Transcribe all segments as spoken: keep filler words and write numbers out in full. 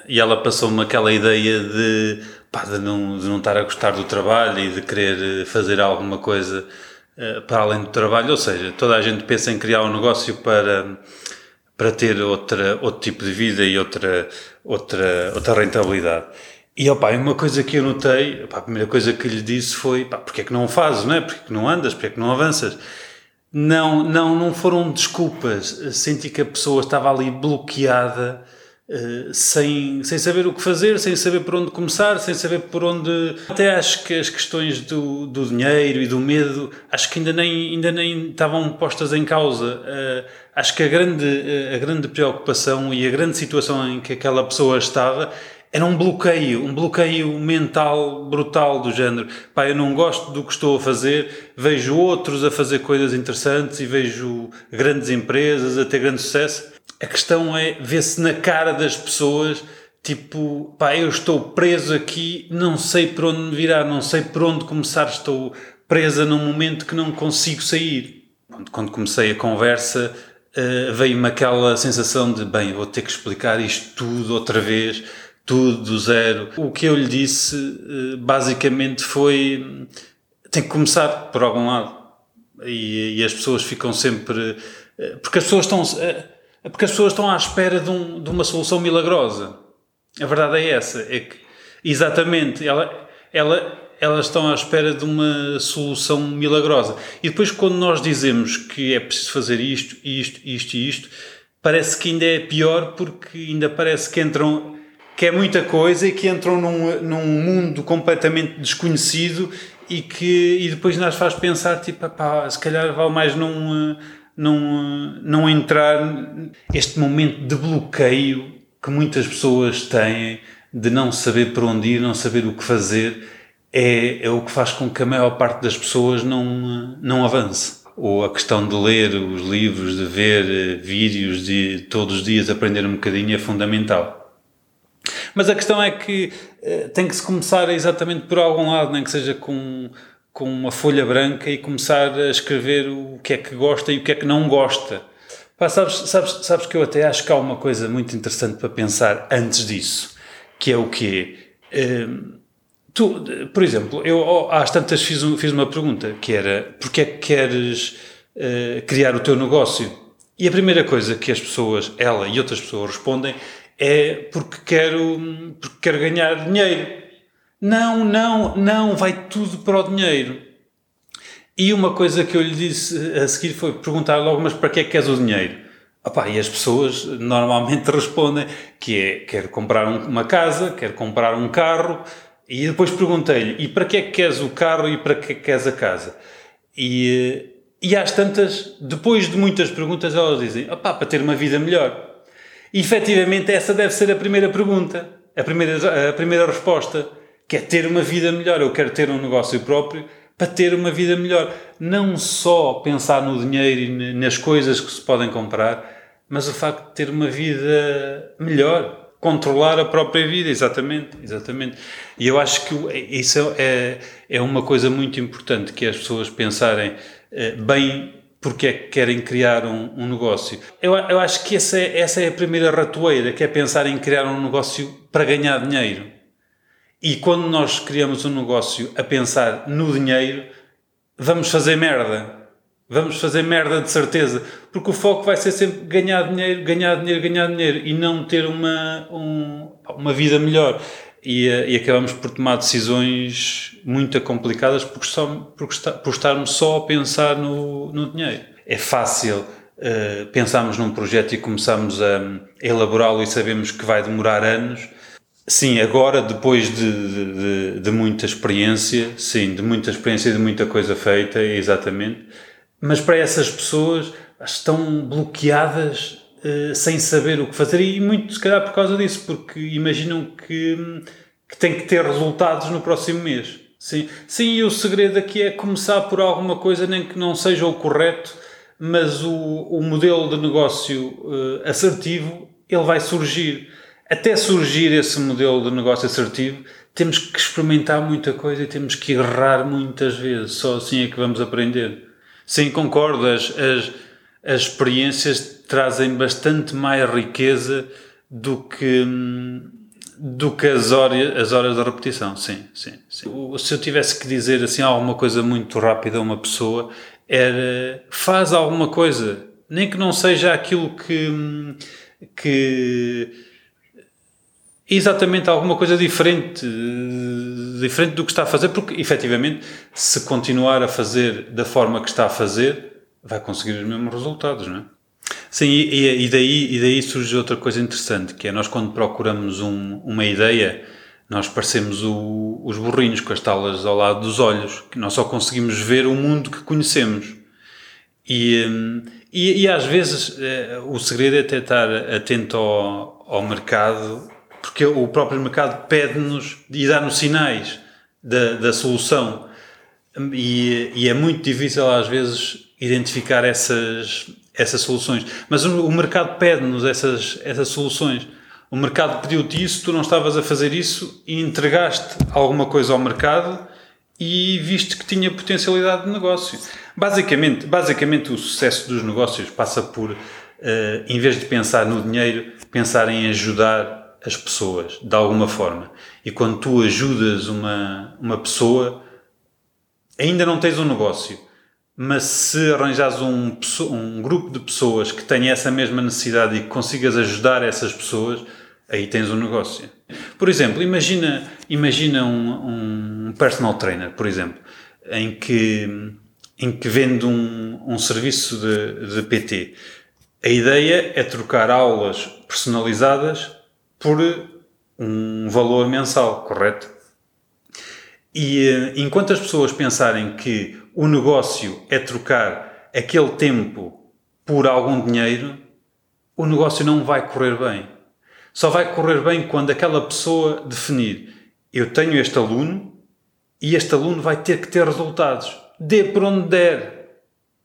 e ela passou-me aquela ideia de, pá, de, não, de não estar a gostar do trabalho e de querer fazer alguma coisa uh, para além do trabalho, ou seja, toda a gente pensa em criar um negócio para, para ter outra, outro tipo de vida e outra, outra, outra rentabilidade. E opa, uma coisa que eu notei, opa, a primeira coisa que lhe disse foi, pá, porque é que não o fazes, não é? Porque é que não andas, porque é que não avanças? Não, não, não foram desculpas. Senti que a pessoa estava ali bloqueada, uh, sem, sem saber o que fazer, sem saber por onde começar, sem saber por onde... Até acho que as questões do, do dinheiro e do medo, acho que ainda nem, ainda nem estavam postas em causa. Uh, acho que a grande, a grande preocupação e a grande situação em que aquela pessoa estava era um bloqueio, um bloqueio mental brutal do género. Pá, eu não gosto do que estou a fazer, vejo outros a fazer coisas interessantes e vejo grandes empresas a ter grande sucesso. A questão é ver-se na cara das pessoas, tipo, pá, eu estou preso aqui, não sei por onde me virar, não sei por onde começar, estou presa num momento que não consigo sair. Quando comecei a conversa, uh, veio-me aquela sensação de, bem, vou ter que explicar isto tudo outra vez, tudo do zero. O que eu lhe disse, basicamente, foi tem que começar por algum lado. E, e as pessoas ficam sempre... Porque as pessoas estão, porque as pessoas estão à espera de, um, de uma solução milagrosa. A verdade é essa. É que, exatamente, ela, ela, elas estão à espera de uma solução milagrosa. E depois, quando nós dizemos que é preciso fazer isto, isto, isto e isto, parece que ainda é pior, porque ainda parece que entram... que é muita coisa e que entram num, num mundo completamente desconhecido e que e depois nos faz pensar, tipo, pá, se calhar vale mais não, não, não entrar este momento de bloqueio que muitas pessoas têm, de não saber por onde ir, não saber o que fazer, é, é o que faz com que a maior parte das pessoas não, não avance. Ou a questão de ler os livros, de ver vídeos, de todos os dias aprender um bocadinho é fundamental. Mas a questão é que uh, tem que se começar exatamente por algum lado, nem que seja com, com uma folha branca e começar a escrever o que é que gosta e o que é que não gosta. Pá, sabes, sabes, sabes que eu até acho que há uma coisa muito interessante para pensar antes disso, que é o quê? Uh, tu, por exemplo, eu às tantas fiz, um, fiz uma pergunta, que era, porquê é que queres uh, criar o teu negócio? E a primeira coisa que as pessoas, ela e outras pessoas respondem é porque quero, porque quero ganhar dinheiro. Não, não, não, vai tudo para o dinheiro. E uma coisa que eu lhe disse a seguir foi perguntar logo, mas para que é que queres o dinheiro? Opa, e as pessoas normalmente respondem que é, quero comprar uma casa, quero comprar um carro, e depois perguntei-lhe, e para que é que queres o carro e para que é que queres a casa? E, e às tantas, depois de muitas perguntas, elas dizem, opa, para ter uma vida melhor. E, efetivamente, essa deve ser a primeira pergunta, a primeira, a primeira resposta, que é ter uma vida melhor. Eu quero ter um negócio próprio para ter uma vida melhor. Não só pensar no dinheiro e nas coisas que se podem comprar, mas o facto de ter uma vida melhor, controlar a própria vida, exatamente, exatamente. E eu acho que isso é, é uma coisa muito importante, que as pessoas pensarem bem porque é que querem criar um, um negócio. Eu, eu acho que essa é, essa é a primeira ratoeira, que é pensar em criar um negócio para ganhar dinheiro. E quando nós criamos um negócio a pensar no dinheiro, vamos fazer merda. Vamos fazer merda de certeza. Porque o foco vai ser sempre ganhar dinheiro, ganhar dinheiro, ganhar dinheiro e não ter uma, um, uma vida melhor. E, e acabamos por tomar decisões muito complicadas porque, só, porque está, por estarmos só a pensar no, no dinheiro. É fácil uh, pensarmos num projeto e começarmos a, a elaborá-lo e sabemos que vai demorar anos. Sim, agora, depois de, de, de muita experiência, sim, de muita experiência e de muita coisa feita, exatamente. Mas para essas pessoas estão bloqueadas uh, sem saber o que fazer e muito se calhar por causa disso, porque imaginam que, que têm que ter resultados no próximo mês. Sim, sim, e o segredo aqui é começar por alguma coisa, nem que não seja o correto, mas o, o modelo de negócio uh, assertivo, ele vai surgir. Até surgir esse modelo de negócio assertivo, temos que experimentar muita coisa e temos que errar muitas vezes, só assim é que vamos aprender. Sim, concordo, as, as, as experiências trazem bastante mais riqueza do que, do que as horas, as horas de repetição, sim, sim, sim. Se eu tivesse que dizer assim alguma coisa muito rápida a uma pessoa, era faz alguma coisa, nem que não seja aquilo que, que exatamente alguma coisa diferente, diferente do que está a fazer, porque efetivamente se continuar a fazer da forma que está a fazer, vai conseguir os mesmos resultados, não é? Sim, e, e, daí, e daí surge outra coisa interessante, que é nós quando procuramos um, uma ideia, nós parecemos o, os burrinhos com as talas ao lado dos olhos, que nós só conseguimos ver o mundo que conhecemos. E, e, e às vezes o segredo é até estar atento ao, ao mercado, porque o próprio mercado pede-nos e dá-nos sinais da, da solução. E, e é muito difícil às vezes identificar essas, essas soluções. Mas o, o mercado pede-nos essas, essas soluções. O mercado pediu-te isso, tu não estavas a fazer isso e entregaste alguma coisa ao mercado e viste que tinha potencialidade de negócio. Basicamente, basicamente o sucesso dos negócios passa por, uh, em vez de pensar no dinheiro, pensar em ajudar as pessoas, de alguma forma. E quando tu ajudas uma, uma pessoa, ainda não tens um negócio, mas se arranjares um, um grupo de pessoas que tenha essa mesma necessidade e que consigas ajudar essas pessoas, aí tens um negócio. Por exemplo, imagina, imagina um, um personal trainer, por exemplo, em que, em que vende um, um serviço de, de P T. A ideia é trocar aulas personalizadas por um valor mensal, correto? E enquanto as pessoas pensarem que o negócio é trocar aquele tempo por algum dinheiro, o negócio não vai correr bem. Só vai correr bem quando aquela pessoa definir: eu tenho este aluno e este aluno vai ter que ter resultados. Dê por onde der.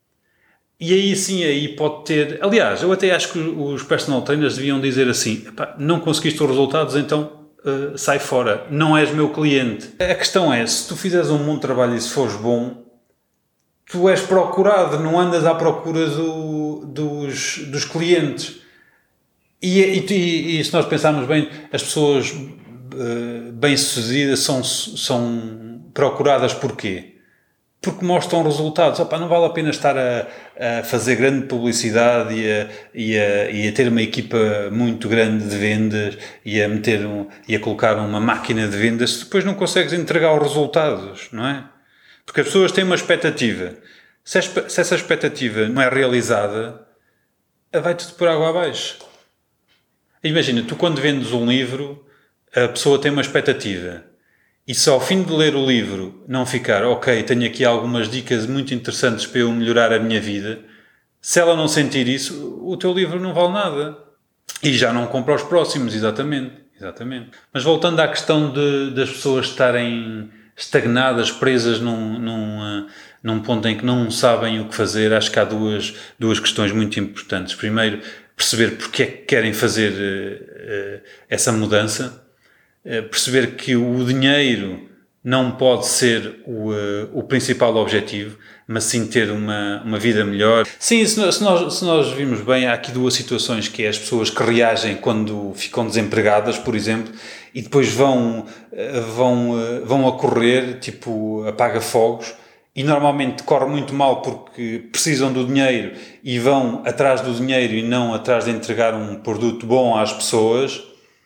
E aí sim, aí pode ter... Aliás, eu até acho que os personal trainers deviam dizer assim: não conseguiste os resultados, então... Uh, sai fora, não és meu cliente. A questão é, se tu fizeres um bom trabalho e se fores bom, tu és procurado, não andas à procura do, dos, dos clientes. E, e, e se nós pensarmos bem, as pessoas uh, bem-sucedidas são, são procuradas porquê? Porque mostram resultados. Opa, não vale a pena estar a, a fazer grande publicidade e a, e, a, e a ter uma equipa muito grande de vendas e a, meter um, e a colocar uma máquina de vendas se depois não consegues entregar os resultados, não é? Porque as pessoas têm uma expectativa. Se, a, se essa expectativa não é realizada, vai tudo por água abaixo. Imagina, tu quando vendes um livro, a pessoa tem uma expectativa. E se ao fim de ler o livro não ficar, ok, tenho aqui algumas dicas muito interessantes para eu melhorar a minha vida, se ela não sentir isso, o teu livro não vale nada. E já não compra os próximos, exatamente. exatamente. Mas voltando à questão de, das pessoas estarem estagnadas, presas num, num, num ponto em que não sabem o que fazer, acho que há duas, duas questões muito importantes. Primeiro, perceber porque é que querem fazer uh, uh, essa mudança. Perceber que o dinheiro não pode ser o, uh, o principal objetivo, mas sim ter uma, uma vida melhor. Sim, se nós, se, nós, se nós vimos bem, há aqui duas situações, que é as pessoas que reagem quando ficam desempregadas, por exemplo, e depois vão, uh, vão, uh, vão a correr, tipo apaga-fogos, e normalmente corre muito mal porque precisam do dinheiro e vão atrás do dinheiro e não atrás de entregar um produto bom às pessoas.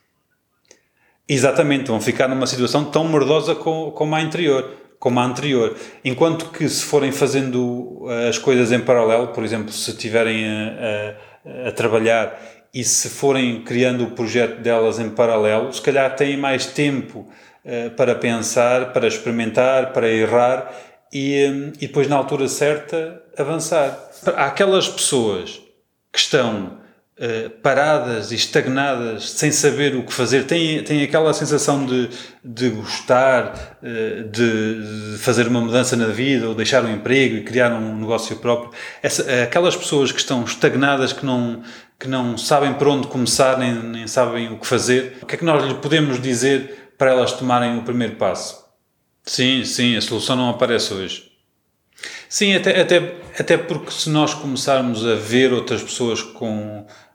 Exatamente, vão ficar numa situação tão mordosa como a anterior, como a anterior. Enquanto que se forem fazendo as coisas em paralelo, por exemplo, se estiverem a, a, a trabalhar e se forem criando o projeto delas em paralelo, se calhar têm mais tempo uh, para pensar, para experimentar, para errar e, um, e depois na altura certa avançar. Há aquelas pessoas que estão Uh, paradas e estagnadas, sem saber o que fazer, têm, têm aquela sensação de, de gostar, uh, de, de fazer uma mudança na vida, ou deixar um emprego e criar um negócio próprio. Essa, aquelas pessoas que estão estagnadas, que não, que não sabem por onde começar, nem, nem sabem o que fazer, o que é que nós lhe podemos dizer para elas tomarem o primeiro passo? Sim, sim, a solução não aparece hoje. Sim, até, até, até porque se nós começarmos a ver outras pessoas com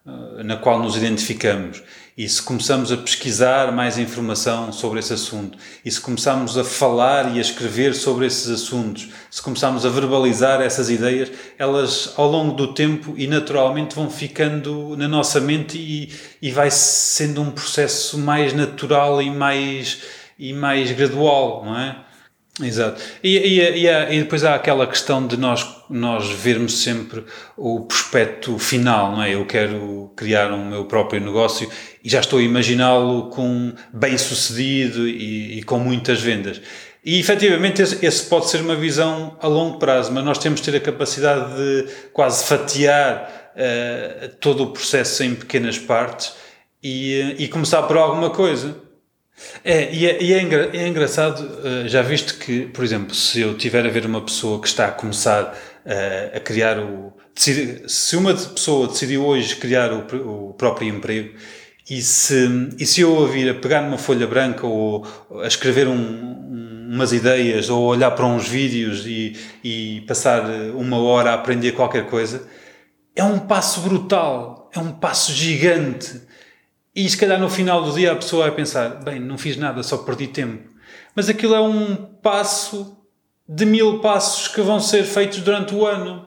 na qual nos identificamos, e se começamos a pesquisar mais informação sobre esse assunto, e se começarmos a falar e a escrever sobre esses assuntos, se começarmos a verbalizar essas ideias, elas ao longo do tempo e naturalmente vão ficando na nossa mente e, e vai sendo um processo mais natural e mais, e mais gradual, não é? Exato. E, e, e, e depois há aquela questão de nós, nós vermos sempre o prospecto final, não é? Eu quero criar um meu próprio negócio e já estou a imaginá-lo com bem sucedido e, e com muitas vendas. E efetivamente esse, esse pode ser uma visão a longo prazo, mas nós temos de ter a capacidade de quase fatiar uh, todo o processo em pequenas partes e, e começar por alguma coisa. É, e é, e é, engra, é engraçado, uh, já visto que, por exemplo, se eu tiver a ver uma pessoa que está a começar uh, a criar o... Decidi, se uma pessoa decidiu hoje criar o, o próprio emprego e se, e se eu a vir a pegar numa folha branca ou a escrever um, um, umas ideias ou olhar para uns vídeos e, e passar uma hora a aprender qualquer coisa, é um passo brutal, é um passo gigante. E se calhar no final do dia a pessoa vai pensar, bem, não fiz nada, só perdi tempo. Mas aquilo é um passo de mil passos que vão ser feitos durante o ano.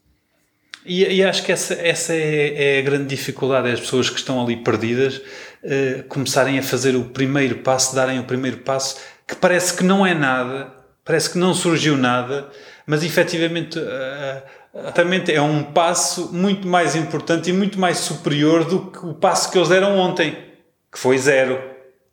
E, e acho que essa, essa é, é a grande dificuldade, é as pessoas que estão ali perdidas uh, começarem a fazer o primeiro passo, darem o primeiro passo, que parece que não é nada, parece que não surgiu nada, mas efetivamente... Uh, Exatamente, é um passo muito mais importante e muito mais superior do que o passo que eles deram ontem, que foi zero,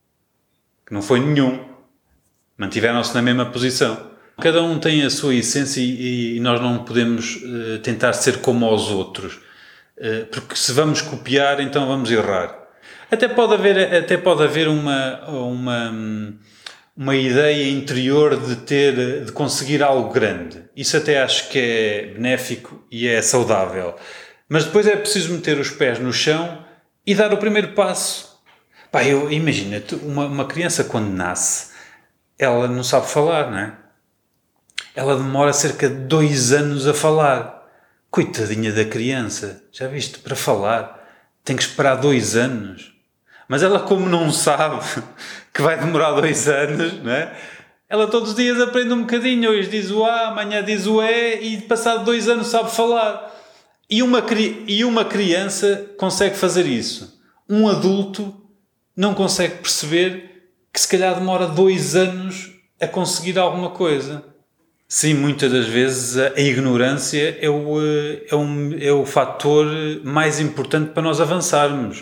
que não foi nenhum. Mantiveram-se na mesma posição. Cada um tem a sua essência e, e nós não podemos uh, tentar ser como aos outros, uh, porque se vamos copiar, então vamos errar. Até pode haver, até pode haver uma... uma uma ideia interior de ter, de conseguir algo grande. Isso até acho que é benéfico e é saudável. Mas depois é preciso meter os pés no chão e dar o primeiro passo. Pá, eu, imagina, uma, uma criança quando nasce, ela não sabe falar, não é? Ela demora cerca de dois anos a falar. Coitadinha da criança, já viste, para falar, tem que esperar dois anos. Mas ela, como não sabe que vai demorar dois anos, não é? Ela todos os dias aprende um bocadinho. Hoje diz o A, amanhã diz o E e passado dois anos sabe falar. E uma, e uma criança consegue fazer isso. Um adulto não consegue perceber que se calhar demora dois anos a conseguir alguma coisa. Sim, muitas das vezes a ignorância é o, é um, é o fator mais importante para nós avançarmos.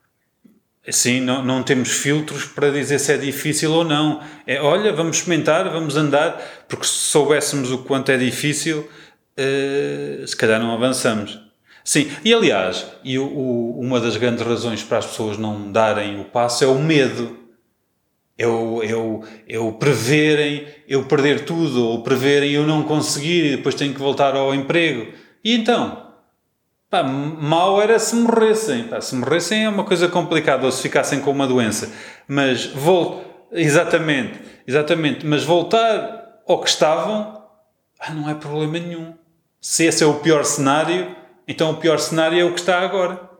Sim, não, não temos filtros para dizer se é difícil ou não. É, olha, vamos experimentar, vamos andar, porque se soubéssemos o quanto é difícil, uh, se calhar não avançamos. Sim, e aliás, e o, o, uma das grandes razões para as pessoas não darem o passo é o medo. É o, é o, é o preverem eu perder tudo, ou preverem eu não conseguir e depois tenho que voltar ao emprego. E então... Pá, mal era se morressem. Pá, se morressem é uma coisa complicada, ou se ficassem com uma doença. Mas, vol- exatamente, exatamente, mas voltar ao que estavam, ah, não é problema nenhum. Se esse é o pior cenário, então o pior cenário é o que está agora.